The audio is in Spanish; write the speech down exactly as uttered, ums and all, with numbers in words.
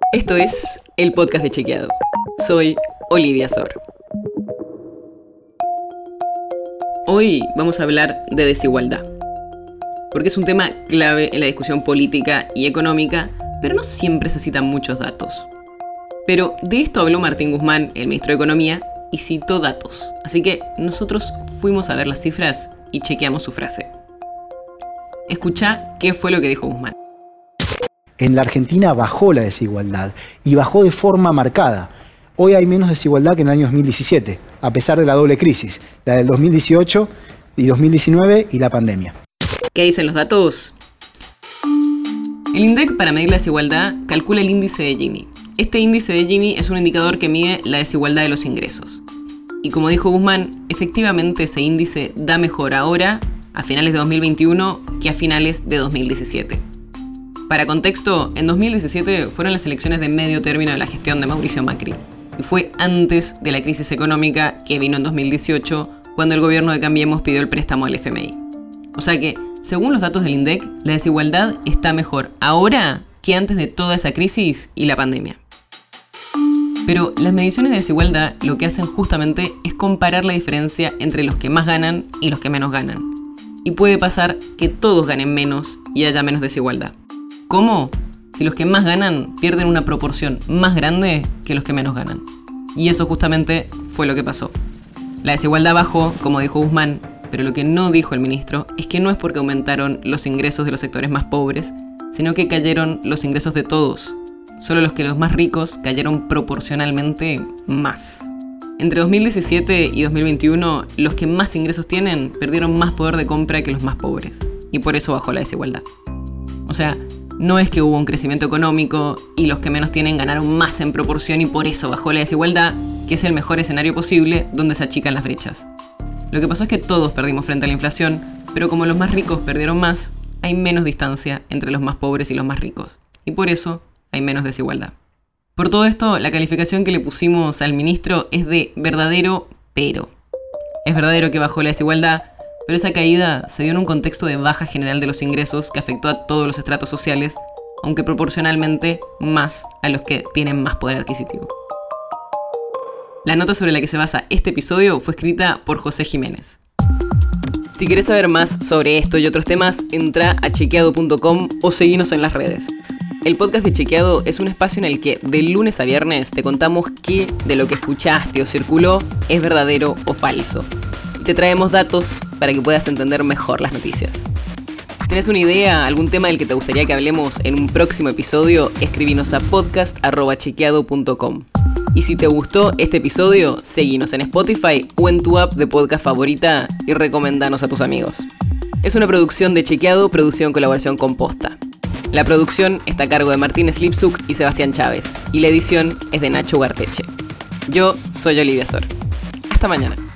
Esto es el podcast de Chequeado. Soy Olivia Sor. Hoy vamos a hablar de desigualdad, porque es un tema clave en la discusión política y económica, pero no siempre se citan muchos datos. Pero de esto habló Martín Guzmán, el ministro de Economía, y citó datos. Así que nosotros fuimos a ver las cifras y chequeamos su frase. Escuchá qué fue lo que dijo Guzmán. En la Argentina bajó la desigualdad y bajó de forma marcada. Hoy hay menos desigualdad que en el año dos mil diecisiete, a pesar de la doble crisis, la del dos mil dieciocho y dos mil diecinueve y la pandemia. ¿Qué dicen los datos? El INDEC, para medir la desigualdad, calcula el índice de Gini. Este índice de Gini es un indicador que mide la desigualdad de los ingresos. Y como dijo Guzmán, efectivamente ese índice da mejor ahora, a finales de dos mil veintiuno, que a finales de dos mil diecisiete. Para contexto, en dos mil diecisiete fueron las elecciones de medio término de la gestión de Mauricio Macri. Y fue antes de la crisis económica que vino en dos mil dieciocho, cuando el gobierno de Cambiemos pidió el préstamo al F M I. O sea que, según los datos del INDEC, la desigualdad está mejor ahora que antes de toda esa crisis y la pandemia. Pero las mediciones de desigualdad lo que hacen justamente es comparar la diferencia entre los que más ganan y los que menos ganan. Y puede pasar que todos ganen menos y haya menos desigualdad. ¿Cómo? Si los que más ganan pierden una proporción más grande que los que menos ganan. Y eso justamente fue lo que pasó. La desigualdad bajó, como dijo Guzmán, pero lo que no dijo el ministro es que no es porque aumentaron los ingresos de los sectores más pobres, sino que cayeron los ingresos de todos. Solo los que los más ricos cayeron proporcionalmente más. Entre dos mil diecisiete y dos mil veintiuno, los que más ingresos tienen perdieron más poder de compra que los más pobres. Y por eso bajó la desigualdad. O sea, no es que hubo un crecimiento económico y los que menos tienen ganaron más en proporción y por eso bajó la desigualdad, que es el mejor escenario posible donde se achican las brechas. Lo que pasó es que todos perdimos frente a la inflación, pero como los más ricos perdieron más, hay menos distancia entre los más pobres y los más ricos. Y por eso hay menos desigualdad. Por todo esto, la calificación que le pusimos al ministro es de verdadero pero. Es verdadero que bajó la desigualdad, pero esa caída se dio en un contexto de baja general de los ingresos que afectó a todos los estratos sociales, aunque proporcionalmente más a los que tienen más poder adquisitivo. La nota sobre la que se basa este episodio fue escrita por José Jiménez. Si querés saber más sobre esto y otros temas, entra a chequeado punto com o seguinos en las redes. El podcast de Chequeado es un espacio en el que de lunes a viernes te contamos qué de lo que escuchaste o circuló es verdadero o falso. Y te traemos datos para que puedas entender mejor las noticias. Si tenés una idea, algún tema del que te gustaría que hablemos en un próximo episodio, escribinos a podcast arroba chequeado punto com. Y si te gustó este episodio, seguinos en Spotify o en tu app de podcast favorita y recomendanos a tus amigos. Es una producción de Chequeado, producción en colaboración con Posta. La producción está a cargo de Martín Slipsuk y Sebastián Chávez, y la edición es de Nacho Garteche. Yo soy Olivia Sor. Hasta mañana.